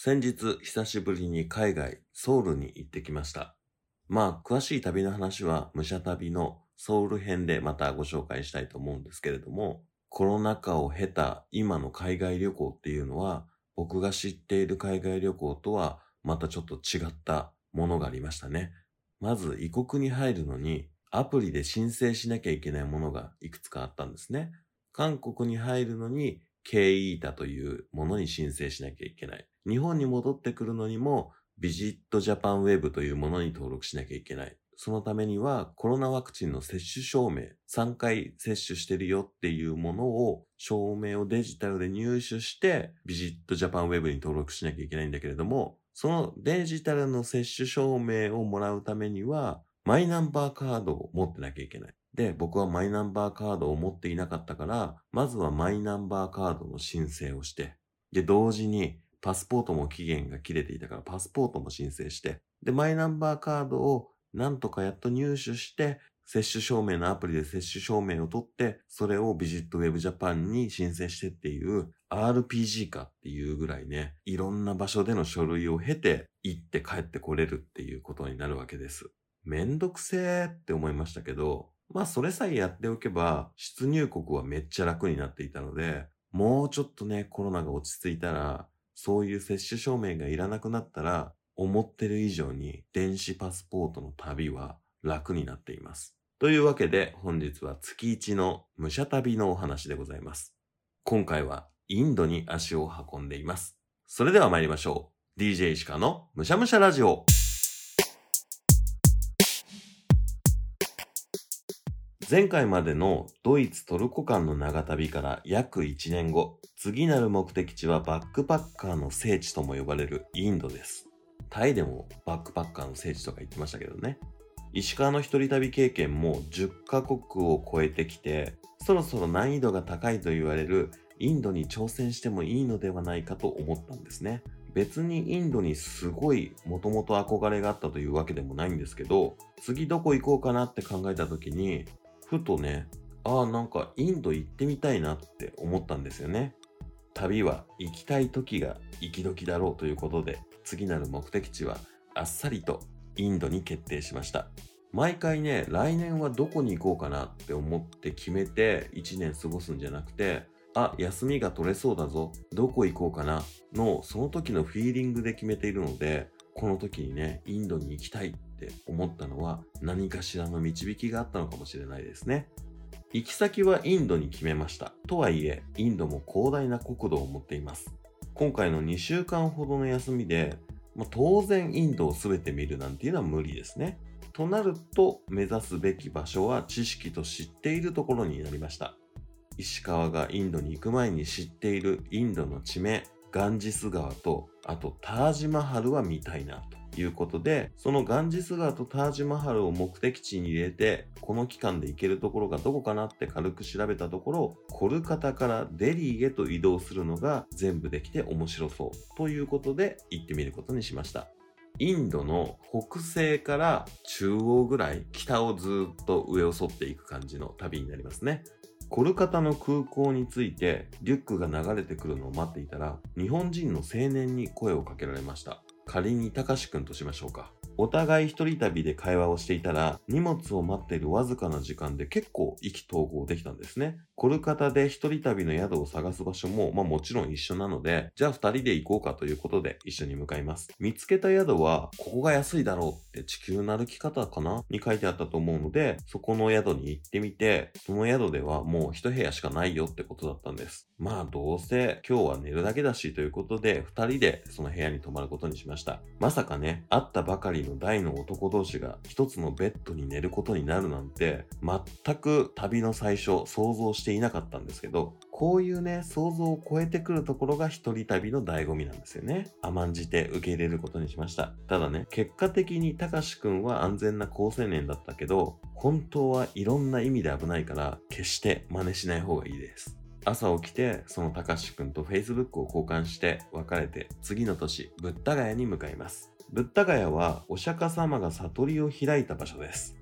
先日久しぶりに海外ソウルに行ってきました。詳しい旅の話は武者旅のソウル編でまたご紹介したいと思うんですけれども、コロナ禍を経た今の海外旅行っていうのは、僕が知っている海外旅行とはまたちょっと違ったものがありましたね。まず異国に入るのにアプリで申請しなきゃいけないものがいくつかあったんですね。韓国に入るのに K-EATA というものに申請しなきゃいけない。日本に戻ってくるのにもビジットジャパンウェブというものに登録しなきゃいけない。そのためにはコロナワクチンの接種証明、3回接種してるよっていうものを、証明をデジタルで入手してビジットジャパンウェブに登録しなきゃいけないんだけれども、そのデジタルの接種証明をもらうためにはマイナンバーカードを持ってなきゃいけない。で、僕はマイナンバーカードを持っていなかったから、まずはマイナンバーカードの申請をして、で、同時にパスポートも期限が切れていたからパスポートも申請して、で、マイナンバーカードをなんとかやっと入手して、接種証明のアプリで接種証明を取って、それをビジットウェブジャパンに申請してっていう RPG かっていうぐらいね、いろんな場所での書類を経て行って帰ってこれるっていうことになるわけです。めんどくせーって思いましたけど、それさえやっておけば出入国はめっちゃ楽になっていたので、もうちょっとね、コロナが落ち着いたら、そういう接種証明がいらなくなったら、思ってる以上に電子パスポートの旅は楽になっています。というわけで本日は月1の武者旅のお話でございます。今回はインドに足を運んでいます。それでは参りましょう。DJ 石川のむしゃむしゃラジオ。前回までのドイツ・トルコ間の長旅から約1年後、次なる目的地はバックパッカーの聖地とも呼ばれるインドです。タイでもバックパッカーの聖地とか言ってましたけどね。石川の一人旅経験も10カ国を超えてきて、そろそろ難易度が高いと言われるインドに挑戦してもいいのではないかと思ったんですね。別にインドにすごいもともと憧れがあったというわけでもないんですけど、次どこ行こうかなって考えた時に、ふとね、なんかインド行ってみたいなって思ったんですよね。旅は行きたい時が行き時だろうということで、次なる目的地はあっさりとインドに決定しました。毎回ね、来年はどこに行こうかなって思って決めて1年過ごすんじゃなくて、休みが取れそうだぞ、どこ行こうかなのその時のフィーリングで決めているので、この時にね、インドに行きたいって思ったのは何かしらの導きがあったのかもしれないですね。行き先はインドに決めました。とはいえ、インドも広大な国土を持っています。今回の2週間ほどの休みで、当然インドを全て見るなんていうのは無理ですね。となると、目指すべき場所は知識と知っているところになりました。石川がインドに行く前に知っているインドの地名、ガンジス川と、あとタージマハルは見たいなということで、そのガンジス川とタージマハルを目的地に入れて、この期間で行けるところがどこかなって軽く調べたところ、コルカタからデリーへと移動するのが全部できて面白そうということで行ってみることにしました。インドの北西から中央ぐらい北をずっと上を沿っていく感じの旅になりますね。コルカタの空港に着いてリュックが流れてくるのを待っていたら、日本人の青年に声をかけられました。仮にたかしくんとしましょうか。お互い一人旅で会話をしていたら、荷物を待っているわずかな時間で結構意気投合できたんですね。コルカタで一人旅の宿を探す場所ももちろん一緒なので、じゃあ二人で行こうかということで一緒に向かいます。見つけた宿は、ここが安いだろうって地球の歩き方かなに書いてあったと思うので、そこの宿に行ってみて、その宿ではもう一部屋しかないよってことだったんです。どうせ今日は寝るだけだしということで、二人でその部屋に泊まることにしました。まさかね、会ったばかりの大の男同士が一つのベッドに寝ることになるなんて、全く旅の最初想像していなかったんですけど、こういうね、想像を超えてくるところが一人旅の醍醐味なんですよね。甘んじて受け入れることにしました。ただね、結果的にたかしくんは安全な好青年だったけど、本当はいろんな意味で危ないから、決して真似しない方がいいです。朝起きて、そのたかしくんと Facebook を交換して別れて、次の年、ブッダガヤに向かいます。ブッダガヤはお釈迦様が悟りを開いた場所です。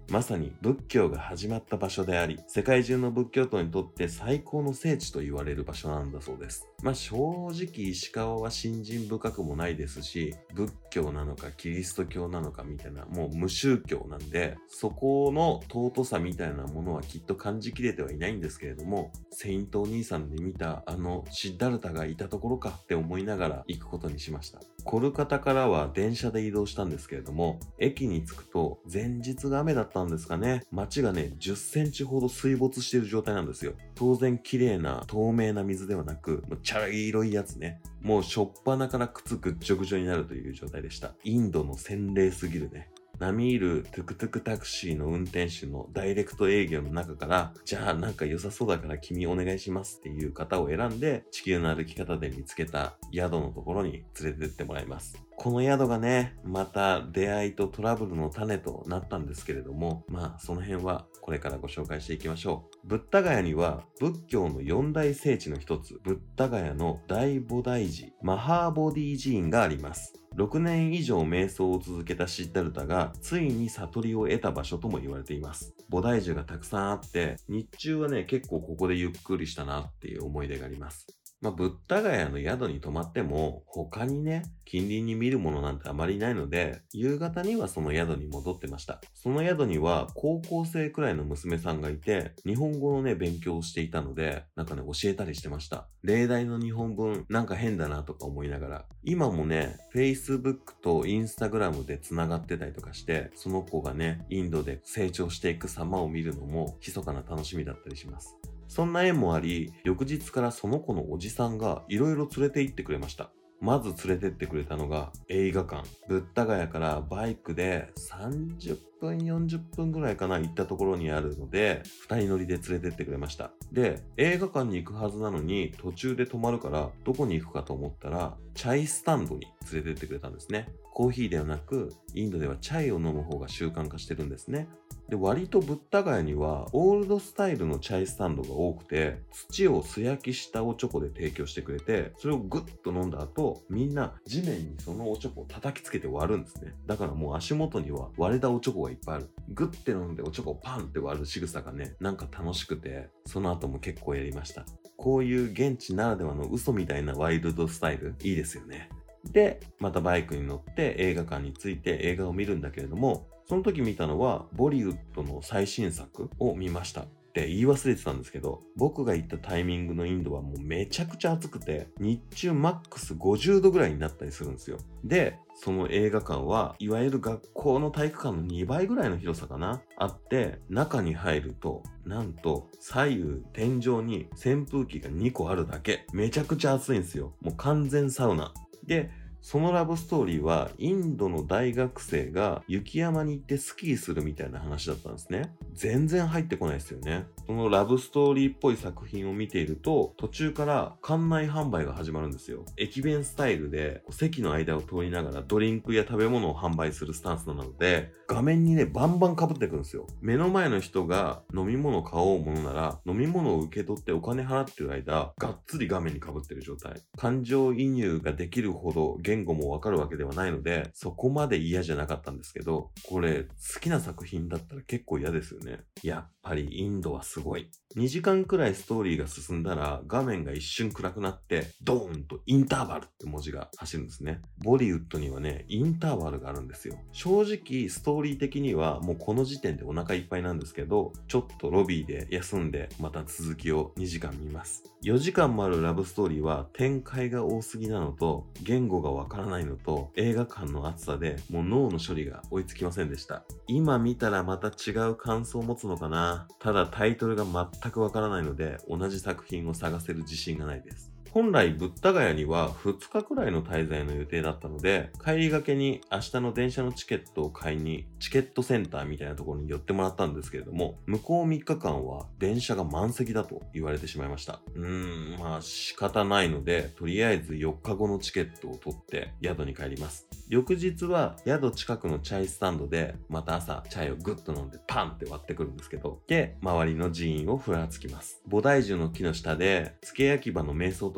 まさに仏教が始まった場所であり、世界中の仏教徒にとって最高の聖地と言われる場所なんだそうです。正直石川は信心深くもないですし、仏教なのかキリスト教なのかみたいな、もう無宗教なんで、そこの尊さみたいなものはきっと感じきれてはいないんですけれども、セイントお兄さんで見たシッダルタがいたところかって思いながら行くことにしました。コルカタからは電車で移動したんですけれども、駅に着くと前日が雨だったんですかね、街がね10センチほど水没している状態なんですよ。当然綺麗な透明な水ではなく、茶色いやつね。もうしょっぱなから靴ぐっちょぐちょになるという状態でした。インドの洗礼すぎるね。並みいるトゥクトゥクタクシーの運転手のダイレクト営業の中から、じゃあなんか良さそうだから君お願いしますっていう方を選んで、地球の歩き方で見つけた宿のところに連れてってもらいます。この宿がね、また出会いとトラブルの種となったんですけれども、その辺はこれからご紹介していきましょう。ブッダガヤには仏教の四大聖地の一つ、ブッダガヤの大菩提寺、マハーボディ寺院があります。6年以上瞑想を続けたシッダルタがついに悟りを得た場所とも言われています。菩提樹がたくさんあって、日中はね、結構ここでゆっくりしたなっていう思い出があります。ブッダガヤの宿に泊まっても、他にね、近隣に見るものなんてあまりないので、夕方にはその宿に戻ってました。その宿には高校生くらいの娘さんがいて、日本語のね、勉強をしていたので、教えたりしてました。例題の日本文、なんか変だなとか思いながら。今もね、Facebook と Instagram で繋がってたりとかして、その子がね、インドで成長していく様を見るのも、密かな楽しみだったりします。そんな縁もあり、翌日からその子のおじさんがいろいろ連れて行ってくれました。まず連れてってくれたのが映画館。ブッダガヤからバイクで30分40分ぐらいかな行ったところにあるので、2人乗りで連れてってくれました。で、映画館に行くはずなのに途中で止まるからどこに行くかと思ったら、チャイスタンドに連れてってくれたんですね。コーヒーではなく、インドではチャイを飲む方が習慣化してるんですね。で、割とブッダガヤにはオールドスタイルのチャイスタンドが多くて、土を素焼きしたおちょこで提供してくれて、それをグッと飲んだ後、みんな地面にそのおちょこを叩きつけて割るんですね。だからもう足元には割れたおちょこがいっぱいある。グッて飲んでおちょこをパンって割る仕草がね、なんか楽しくて、その後も結構やりました。こういう現地ならではの嘘みたいなワイルドスタイル、いいですよね。で、またバイクに乗って映画館に着いて映画を見るんだけれども、その時見たのはボリウッドの最新作を見ましたって言い忘れてたんですけど、僕が行ったタイミングのインドはもうめちゃくちゃ暑くて、日中マックス50度ぐらいになったりするんですよ。で、その映画館はいわゆる学校の体育館の2倍ぐらいの広さかなあって、中に入るとなんと左右天井に扇風機が2個あるだけ。めちゃくちゃ暑いんですよ。もう完全サウナで、そのラブストーリーはインドの大学生が雪山に行ってスキーするみたいな話だったんですね。全然入ってこないですよね。そのラブストーリーっぽい作品を見ていると、途中から館内販売が始まるんですよ。駅弁スタイルで席の間を通りながらドリンクや食べ物を販売するスタンスなので、画面にねバンバン被ってくるんですよ。目の前の人が飲み物を買おうものなら、飲み物を受け取ってお金払ってる間、がっつり画面に被ってる状態。感情移入ができるほど言語もわかるわけではないので、そこまで嫌じゃなかったんですけど、これ好きな作品だったら結構嫌ですよね。やっぱりインドはすごい。2時間くらいストーリーが進んだら画面が一瞬暗くなってドーンとインターバルって文字が走るんですね。ボリウッドにはね、インターバルがあるんですよ。正直ストーリー的にはもうこの時点でお腹いっぱいなんですけど、ちょっとロビーで休んでまた続きを2時間見ます。4時間もあるラブストーリーは展開が多すぎなのと、言語がわからないのと、映画館の暑さでもう脳の処理が追いつきませんでした。今見たらまた違う感想を持つのかな。ただタイトルが全くわからないので、同じ作品を探せる自信がないです。本来ブッダガヤには2日くらいの滞在の予定だったので、帰りがけに明日の電車のチケットを買いにチケットセンターみたいなところに寄ってもらったんですけれども、向こう3日間は電車が満席だと言われてしまいました。仕方ないので、とりあえず4日後のチケットを取って宿に帰ります。翌日は宿近くのチャイスタンドでまた朝チャイをグッと飲んでパンって割ってくるんですけど、で、周りの寺院をふらつきます。菩提樹の木の下で付け焼き場の瞑想と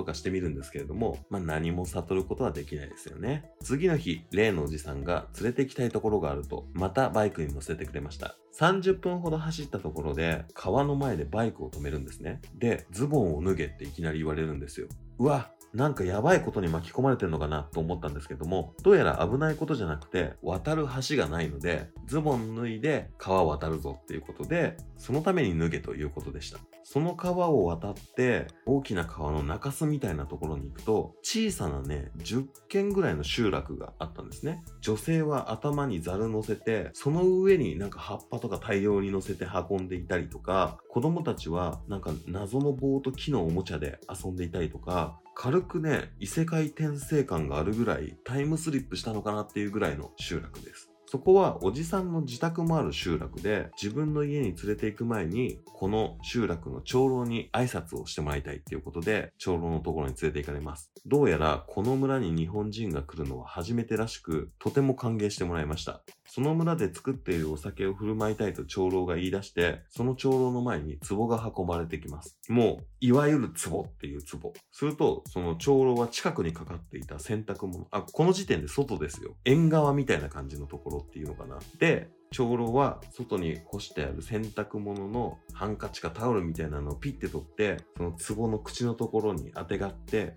とかしてみるんですけれども、何も悟ることはできないですよね。次の日、例のおじさんが連れて行きたいところがあると、またバイクに乗せてくれました。30分ほど走ったところで、川の前でバイクを止めるんですね。で、ズボンを脱げっていきなり言われるんですよ。うわ、なんかやばいことに巻き込まれてるのかなと思ったんですけども、どうやら危ないことじゃなくて、渡る橋がないので、ズボン脱いで川を渡るぞっていうことで、そのために脱げということでした。その川を渡って、大きな川の中州みたいなところに行くと、小さなね、10軒ぐらいの集落があったんですね。女性は頭にザル乗せて、その上になんか葉っぱとか大量に乗せて運んでいたりとか、子供たちはなんか謎の棒と木のおもちゃで遊んでいたりとか、軽くね、異世界転生感があるぐらいタイムスリップしたのかなっていうぐらいの集落です。そこはおじさんの自宅もある集落で、自分の家に連れて行く前に、この集落の長老に挨拶をしてもらいたいっていうことで、長老のところに連れて行かれます。どうやらこの村に日本人が来るのは初めてらしく、とても歓迎してもらいました。その村で作っているお酒を振る舞いたいと長老が言い出して、その長老の前に壺が運ばれてきます。もう、いわゆる壺っていう壺。すると、その長老は近くにかかっていた洗濯物、この時点で外ですよ。縁側みたいな感じのところっていうのかな。で、長老は外に干してある洗濯物のハンカチかタオルみたいなのをピッて取って、その壺の口のところにあてがって、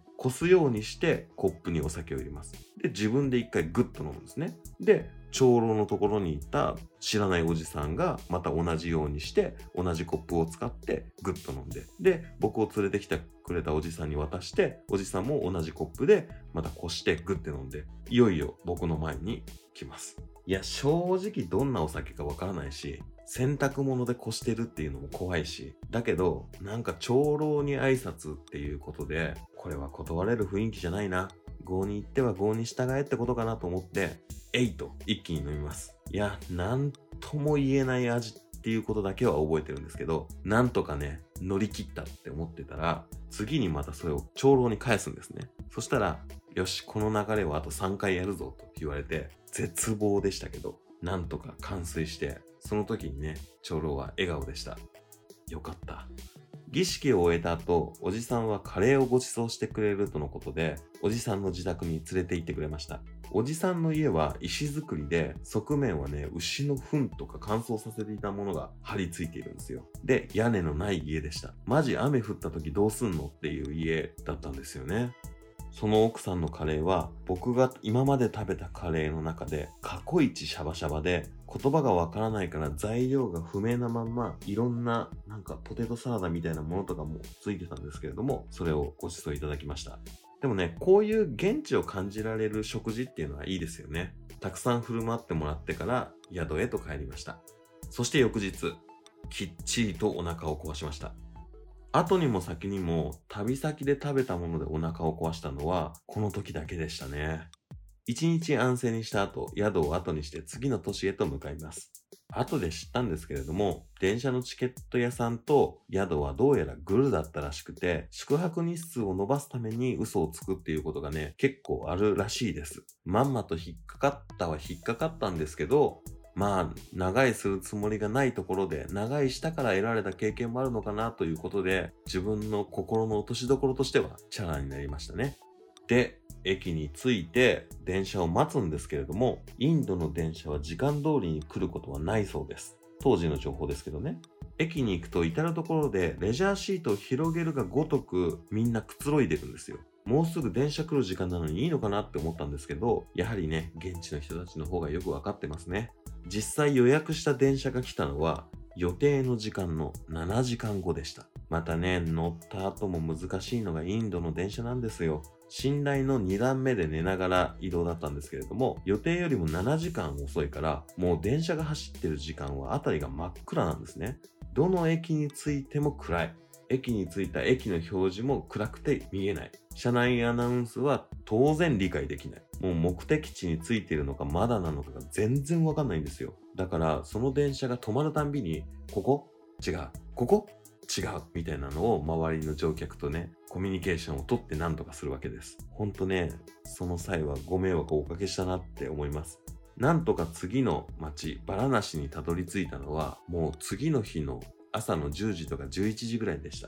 こすようにしてコップにお酒を入れます。で、自分で一回グッと飲むんですね。で、長老のところにいた知らないおじさんがまた同じようにして同じコップを使ってグッと飲んで、で、僕を連れてきてくれたおじさんに渡して、おじさんも同じコップでまたこしてグッて飲んで、いよいよ僕の前に来ます。いや、正直どんなお酒かわからないし、洗濯物でこしてるっていうのも怖いし、だけどなんか長老に挨拶っていうことで、これは断れる雰囲気じゃないな、郷に行っては郷に従えってことかなと思って、えいと一気に飲みます。いや、なんとも言えない味っていうことだけは覚えてるんですけど、なんとかね、乗り切ったって思ってたら、次にまたそれを長老に返すんですね。そしたら、よし、この流れをあと3回やるぞと言われて、絶望でしたけど、なんとか完遂して、その時にね、長老は笑顔でした。よかった。儀式を終えた後、おじさんはカレーをご馳走してくれるとのことで、おじさんの自宅に連れて行ってくれました。おじさんの家は石造りで、側面はね、牛の糞とか乾燥させていたものが張り付いているんですよ。で、屋根のない家でした。マジ雨降った時どうすんのっていう家だったんですよね。その奥さんのカレーは僕が今まで食べたカレーの中で過去一シャバシャバで、言葉がわからないから材料が不明なまんま、いろんななんかポテトサラダみたいなものとかもついてたんですけれども、それをご馳走いただきました。でもね、こういう現地を感じられる食事っていうのはいいですよね。たくさん振る舞ってもらってから宿へと帰りました。そして翌日、きっちりとお腹を壊しました。後にも先にも旅先で食べたものでお腹を壊したのはこの時だけでしたね。一日安静にした後、宿を後にして次の都市へと向かいます。後で知ったんですけれども、電車のチケット屋さんと宿はどうやらグルだったらしくて、宿泊日数を伸ばすために嘘をつくっていうことがね、結構あるらしいです。まんまと引っかかったは引っかかったんですけど、長居するつもりがないところで、長居したから得られた経験もあるのかなということで、自分の心の落としどころとしてはチャラになりましたね。で、駅に着いて電車を待つんですけれども、インドの電車は時間通りに来ることはないそうです。当時の情報ですけどね。駅に行くと至るところでレジャーシートを広げるがごとくみんなくつろいでるんですよ。もうすぐ電車来る時間なのにいいのかなって思ったんですけど、やはりね、現地の人たちの方がよくわかってますね。実際予約した電車が来たのは予定の時間の7時間後でした。またね、乗った後も難しいのがインドの電車なんですよ。寝台の2段目で寝ながら移動だったんですけれども、予定よりも7時間遅いから、もう電車が走ってる時間は辺りが真っ暗なんですね。どの駅に着いても暗い。駅に着いた駅の表示も暗くて見えない。車内アナウンスは当然理解できない。もう目的地に着いているのかまだなのかが全然わかんないんですよ。だからその電車が止まるたんびに、ここ違う。ここ違う。みたいなのを周りの乗客とね、コミュニケーションを取って何とかするわけです。ほんとね、その際はご迷惑をおかけしたなって思います。なんとか次の町、バラナシにたどり着いたのは、もう次の日の朝の10時とか11時ぐらいでした。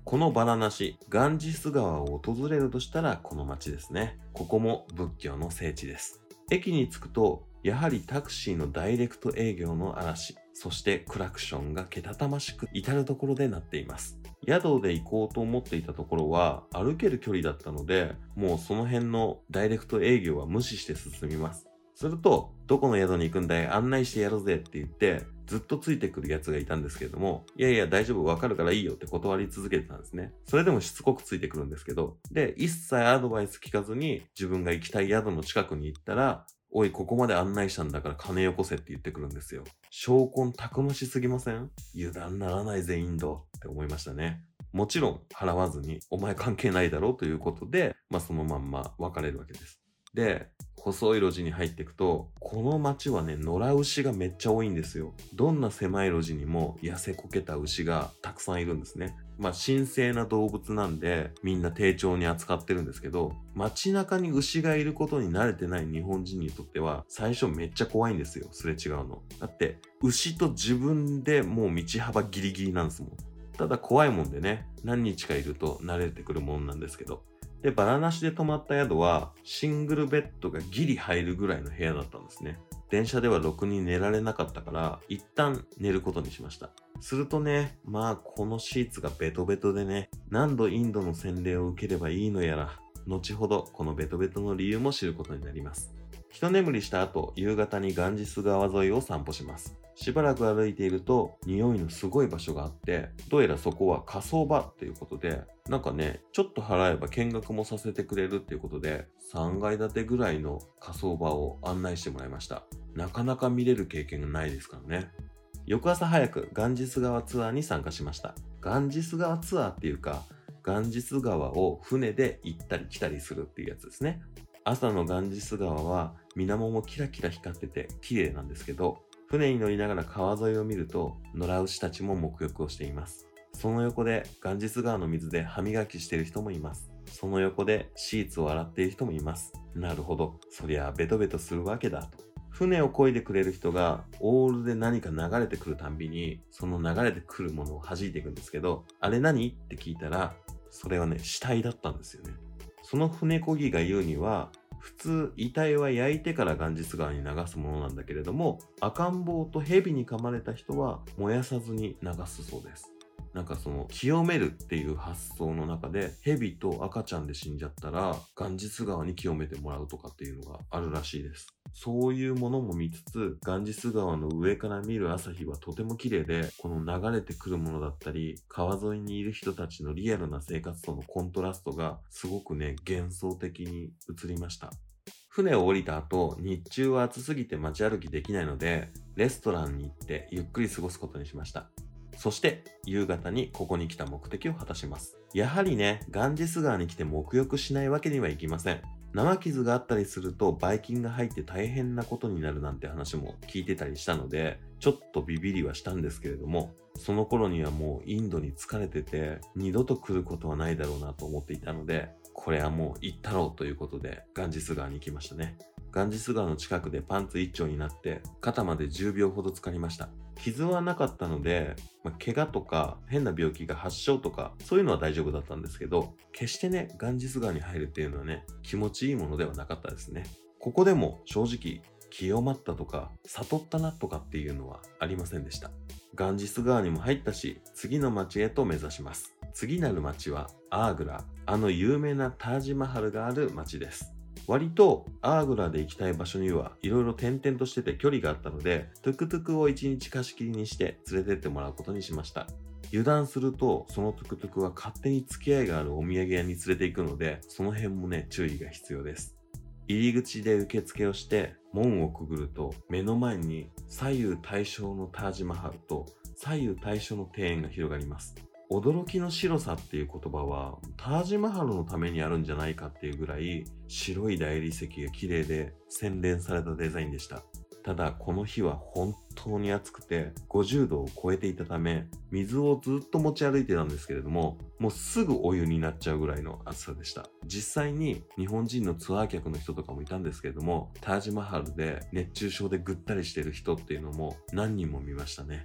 このバラナシ、ガンジス川を訪れるとしたらこの町ですね。ここも仏教の聖地です。駅に着くと、やはりタクシーのダイレクト営業の嵐、そしてクラクションがけたたましく至るところで鳴っています。宿で行こうと思っていたところは歩ける距離だったので、もうその辺のダイレクト営業は無視して進みます。すると、どこの宿に行くんだい、案内してやるぜって言って、ずっとついてくるやつがいたんですけれども、いやいや大丈夫わかるからいいよって断り続けてたんですね。それでもしつこくついてくるんですけど、で、一切アドバイス聞かずに自分が行きたい宿の近くに行ったら、おい、ここまで案内したんだから金よこせって言ってくるんですよ。証拠たくましすぎません？油断ならないぜ、インドって思いましたね。もちろん払わずに、お前関係ないだろうということで、そのまんま別れるわけです。で、細い路地に入っていくと、この街はね、野良牛がめっちゃ多いんですよ。どんな狭い路地にも痩せこけた牛がたくさんいるんですね。神聖な動物なんで、みんな丁重に扱ってるんですけど、街中に牛がいることに慣れてない日本人にとっては、最初めっちゃ怖いんですよ、すれ違うの。だって、牛と自分でもう道幅ギリギリなんですもん。ただ怖いもんでね、何日かいると慣れてくるもんなんですけど。で、バラなしで泊まった宿は、シングルベッドがギリ入るぐらいの部屋だったんですね。電車ではろくに寝られなかったから、一旦寝ることにしました。するとね、このシーツがベトベトでね、何度インドの洗礼を受ければいいのやら、後ほどこのベトベトの理由も知ることになります。一眠りした後、夕方にガンジス川沿いを散歩します。しばらく歩いていると、匂いのすごい場所があって、どうやらそこは火葬場っていうことで、ちょっと払えば見学もさせてくれるっていうことで、3階建てぐらいの火葬場を案内してもらいました。なかなか見れる経験がないですからね。翌朝早くガンジス川ツアーに参加しました。ガンジス川ツアーっていうか、ガンジス川を船で行ったり来たりするっていうやつですね。朝のガンジス川は水面もキラキラ光ってて綺麗なんですけど、船に乗りながら川沿いを見ると野良牛たちも沐浴をしています。その横でガンジス川の水で歯磨きしている人もいます。その横でシーツを洗っている人もいます。なるほど、そりゃベトベトするわけだと。船を漕いでくれる人がオールで何か流れてくるたんびに、その流れてくるものを弾いていくんですけど、あれ何って聞いたら、それはね、死体だったんですよね。その船漕ぎが言うには、普通遺体は焼いてからガンジス川に流すものなんだけれども、赤ん坊と蛇に噛まれた人は燃やさずに流すそうです。清めるっていう発想の中で、蛇と赤ちゃんで死んじゃったらガンジス川に清めてもらうとかっていうのがあるらしいです。そういうものも見つつ、ガンジス川の上から見る朝日はとても綺麗で、この流れてくるものだったり、川沿いにいる人たちのリアルな生活とのコントラストがすごくね、幻想的に映りました。船を降りた後、日中は暑すぎて街歩きできないので、レストランに行ってゆっくり過ごすことにしました。そして夕方にここに来た目的を果たします。やはりね、ガンジス川に来て沐浴しないわけにはいきません。生傷があったりするとばい菌が入って大変なことになるなんて話も聞いてたりしたので、ちょっとビビりはしたんですけれども、その頃にはもうインドに疲れてて、二度と来ることはないだろうなと思っていたので、これはもう行ったろうということでガンジス川に行きましたね。ガンジス川の近くでパンツ一丁になって肩まで10秒ほど浸かりました。傷はなかったので、怪我とか変な病気が発症とかそういうのは大丈夫だったんですけど、決してね、ガンジス川に入るっていうのはね、気持ちいいものではなかったですね。ここでも正直清まったとか悟ったなとかっていうのはありませんでした。ガンジス川にも入ったし、次の町へと目指します。次なる町はアーグラ、あの有名なタージマハルがある町です。割とアーグラで行きたい場所にはいろいろ点々としてて距離があったので、トゥクトゥクを1日貸し切りにして連れてってもらうことにしました。油断するとそのトゥクトゥクは勝手に付き合いがあるお土産屋に連れて行くので、その辺もね、注意が必要です。入り口で受付をして門をくぐると、目の前に左右対称のタージマハルと左右対称の庭園が広がります。驚きの白さっていう言葉はタージマハルのためにあるんじゃないかっていうぐらい、白い大理石が綺麗で洗練されたデザインでした。ただこの日は本当に暑くて50度を超えていたため、水をずっと持ち歩いてたんですけれども、もうすぐお湯になっちゃうぐらいの暑さでした。実際に日本人のツアー客の人とかもいたんですけれども、タージマハルで熱中症でぐったりしてる人っていうのも何人も見ましたね。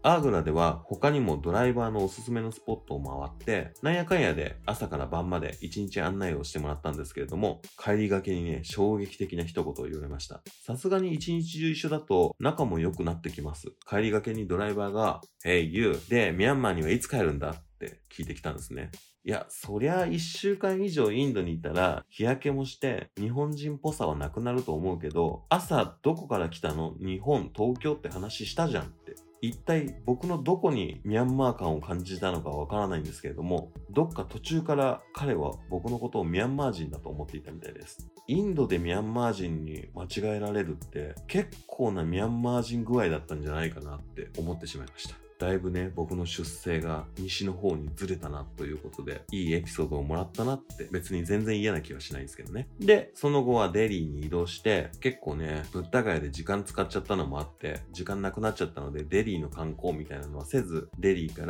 アーグラでは他にもドライバーのおすすめのスポットを回って、なんやかんやで朝から晩まで1日案内をしてもらったんですけれども、帰りがけにね、衝撃的な一言を言われました。さすがに1日中一緒だと仲も良くなってきます。帰りがけにドライバーが、Hey you でミャンマーにはいつ帰るんだって聞いてきたんですね。いや、そりゃ1週間以上インドにいたら日焼けもして日本人っぽさはなくなると思うけど、朝どこから来たの？日本、東京って話したじゃんって。一体僕のどこにミャンマー感を感じたのかわからないんですけれども、どっか途中から彼は僕のことをミャンマー人だと思っていたみたいです。インドでミャンマー人に間違えられるって結構なミャンマー人具合だったんじゃないかなって思ってしまいました。だいぶね、僕の出生が西の方にずれたなということで、いいエピソードをもらったなって別に全然嫌な気はしないんですけどね。で、その後はデリーに移動して、結構ね、ブッダガヤで時間使っちゃったのもあって、時間なくなっちゃったので、デリーの観光みたいなのはせず、デリーから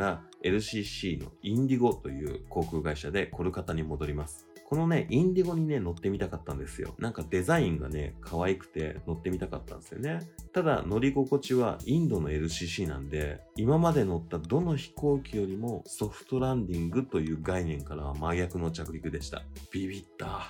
LCC のインディゴという航空会社でコルカタに戻ります。このね、インディゴにね、乗ってみたかったんですよ。なんかデザインがね、可愛くて乗ってみたかったんですよね。ただ、乗り心地はインドの LCC なんで、今まで乗ったどの飛行機よりもソフトランディングという概念からは真逆の着陸でした。ビビった。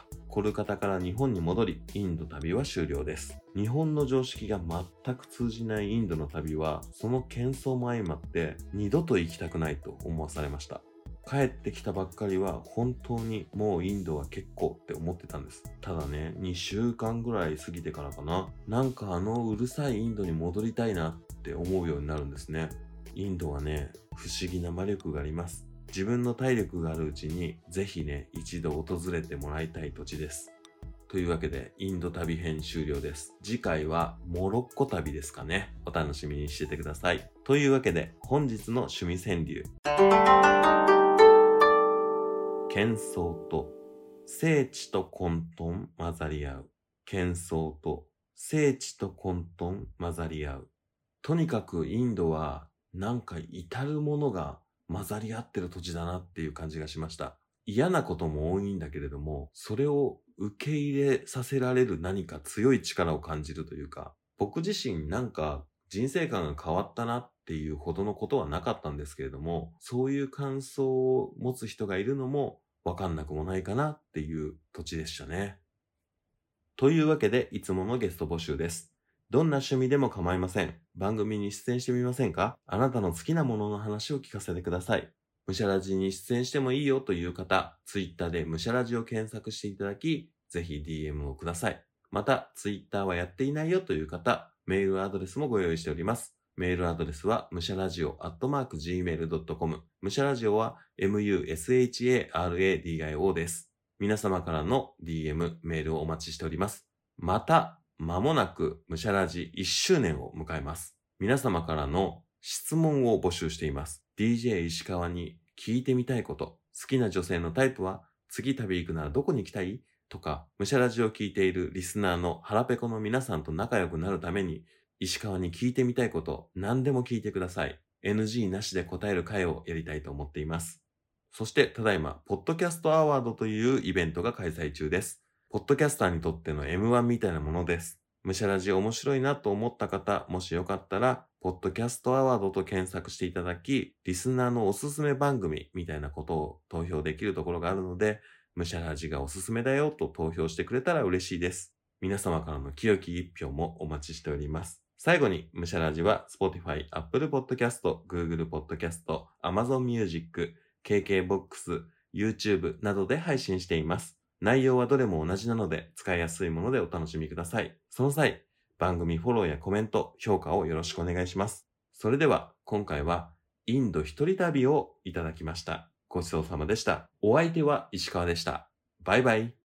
コルカタから日本に戻り、インド旅は終了です。日本の常識が全く通じないインドの旅は、その喧騒も相まって二度と行きたくないと思わされました。帰ってきたばっかりは本当にもうインドは結構って思ってたんです。ただね、2週間ぐらい過ぎてからかな。なんかあのうるさいインドに戻りたいなって思うようになるんですね。インドはね、不思議な魔力があります。自分の体力があるうちにぜひね、一度訪れてもらいたい土地です。というわけで、インド旅編終了です。次回はモロッコ旅ですかね。お楽しみにしててください。というわけで、本日の趣味川柳。喧騒と聖地と混沌混ざり合う。喧騒と聖地と混沌混ざり合う。とにかくインドはなんか至るものが混ざり合ってる土地だなっていう感じがしました。嫌なことも多いんだけれども、それを受け入れさせられる何か強い力を感じるというか、僕自身なんか人生観が変わったなっていうほどのことはなかったんですけれども、そういう感想を持つ人がいるのもわかんなくもないかなっていう土地でしたね。というわけで、いつものゲスト募集です。どんな趣味でも構いません。番組に出演してみませんか？あなたの好きなものの話を聞かせてください。むしゃらじに出演してもいいよという方、ツイッターでむしゃらじを検索していただき、ぜひ DM をください。また、ツイッターはやっていないよという方、メールアドレスもご用意しております。メールアドレスは、むしゃらじお@gmail.com。むしゃらじおは、musharadio です。皆様からの DM、メールをお待ちしております。また、間もなく、むしゃらじ1周年を迎えます。皆様からの質問を募集しています。DJ 石川に聞いてみたいこと、好きな女性のタイプは、次旅行くならどこに行きたい？とか、むしゃらじを聞いているリスナーの腹ペコの皆さんと仲良くなるために、石川に聞いてみたいこと、何でも聞いてください。NG なしで答える回をやりたいと思っています。そして、ただいま、ポッドキャストアワードというイベントが開催中です。ポッドキャスターにとっての M1 みたいなものです。むしゃらじ面白いなと思った方、もしよかったら、ポッドキャストアワードと検索していただき、リスナーのおすすめ番組みたいなことを投票できるところがあるので、むしゃらじがおすすめだよと投票してくれたら嬉しいです。皆様からの清き一票もお待ちしております。最後に、むしゃらじは Spotify、Apple Podcast、Google Podcast、Amazon Music、KKBOX、YouTube などで配信しています。内容はどれも同じなので、使いやすいものでお楽しみください。その際、番組フォローやコメント、評価をよろしくお願いします。それでは、今回はインド一人旅をいただきました。ごちそうさまでした。お相手は石川でした。バイバイ。